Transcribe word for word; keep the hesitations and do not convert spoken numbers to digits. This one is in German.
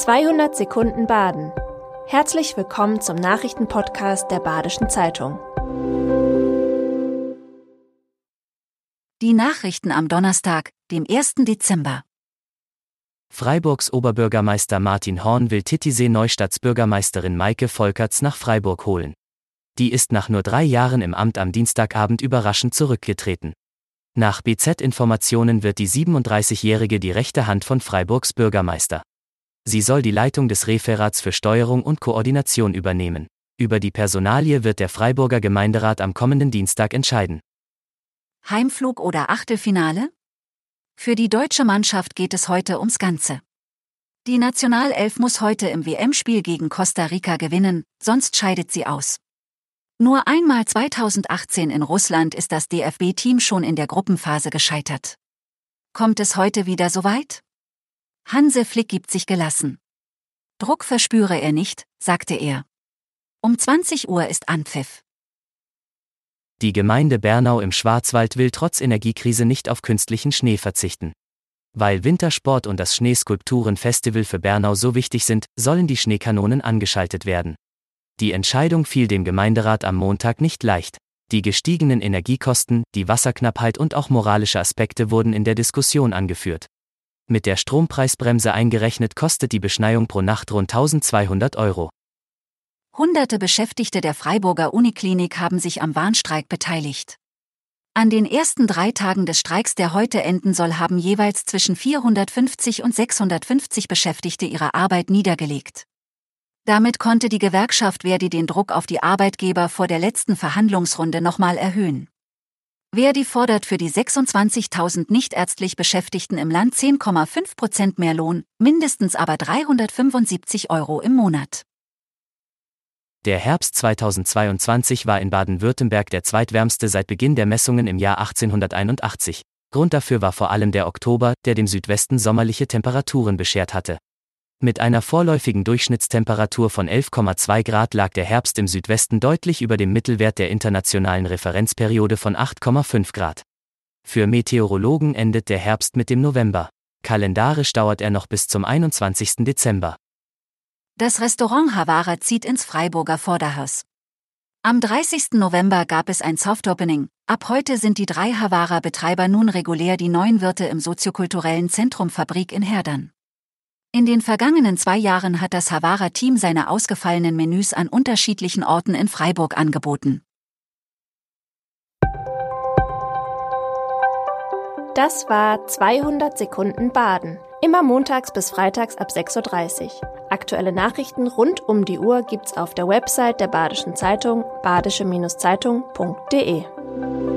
zweihundert Sekunden Baden. Herzlich willkommen zum Nachrichtenpodcast der Badischen Zeitung. Die Nachrichten am Donnerstag, dem ersten Dezember. Freiburgs Oberbürgermeister Martin Horn will Titisee-Neustadts Bürgermeisterin Maike Volkerts nach Freiburg holen. Die ist nach nur drei Jahren im Amt am Dienstagabend überraschend zurückgetreten. Nach B Z-Informationen wird die siebenunddreißigjährige die rechte Hand von Freiburgs Bürgermeister. Sie soll die Leitung des Referats für Steuerung und Koordination übernehmen. Über die Personalie wird der Freiburger Gemeinderat am kommenden Dienstag entscheiden. Heimflug oder Achtelfinale? Für die deutsche Mannschaft geht es heute ums Ganze. Die Nationalelf muss heute im W M-Spiel gegen Costa Rica gewinnen, sonst scheidet sie aus. Nur einmal zweitausendachtzehn in Russland ist das D F B-Team schon in der Gruppenphase gescheitert. Kommt es heute wieder so weit? Hansi Flick gibt sich gelassen. Druck verspüre er nicht, sagte er. Um zwanzig Uhr ist Anpfiff. Die Gemeinde Bernau im Schwarzwald will trotz Energiekrise nicht auf künstlichen Schnee verzichten. Weil Wintersport und das Schneeskulpturen-Festival für Bernau so wichtig sind, sollen die Schneekanonen angeschaltet werden. Die Entscheidung fiel dem Gemeinderat am Montag nicht leicht. Die gestiegenen Energiekosten, die Wasserknappheit und auch moralische Aspekte wurden in der Diskussion angeführt. Mit der Strompreisbremse eingerechnet kostet die Beschneiung pro Nacht rund tausendzweihundert Euro. Hunderte Beschäftigte der Freiburger Uniklinik haben sich am Warnstreik beteiligt. An den ersten drei Tagen des Streiks, der heute enden soll, haben jeweils zwischen vierhundertfünfzig und sechshundertfünfzig Beschäftigte ihre Arbeit niedergelegt. Damit konnte die Gewerkschaft Verdi den Druck auf die Arbeitgeber vor der letzten Verhandlungsrunde nochmal erhöhen. Verdi fordert für die sechsundzwanzigtausend nichtärztlich Beschäftigten im Land zehn Komma fünf Prozent mehr Lohn, mindestens aber dreihundertfünfundsiebzig Euro im Monat. Der Herbst zweitausendzweiundzwanzig war in Baden-Württemberg der zweitwärmste seit Beginn der Messungen im Jahr achtzehnhunderteinundachtzig. Grund dafür war vor allem der Oktober, der dem Südwesten sommerliche Temperaturen beschert hatte. Mit einer vorläufigen Durchschnittstemperatur von elf Komma zwei Grad lag der Herbst im Südwesten deutlich über dem Mittelwert der internationalen Referenzperiode von acht Komma fünf Grad. Für Meteorologen endet der Herbst mit dem November. Kalendarisch dauert er noch bis zum einundzwanzigsten Dezember. Das Restaurant Havara zieht ins Freiburger Vorderhaus. Am dreißigsten November gab es ein Softopening. Ab heute sind die drei Havara-Betreiber nun regulär die neuen Wirte im soziokulturellen Zentrum Fabrik in Herdern. In den vergangenen zwei Jahren hat das Havara-Team seine ausgefallenen Menüs an unterschiedlichen Orten in Freiburg angeboten. Das war zweihundert Sekunden Baden. Immer montags bis freitags ab sechs Uhr dreißig. Aktuelle Nachrichten rund um die Uhr gibt's auf der Website der Badischen Zeitung badische Zeitung punkt de.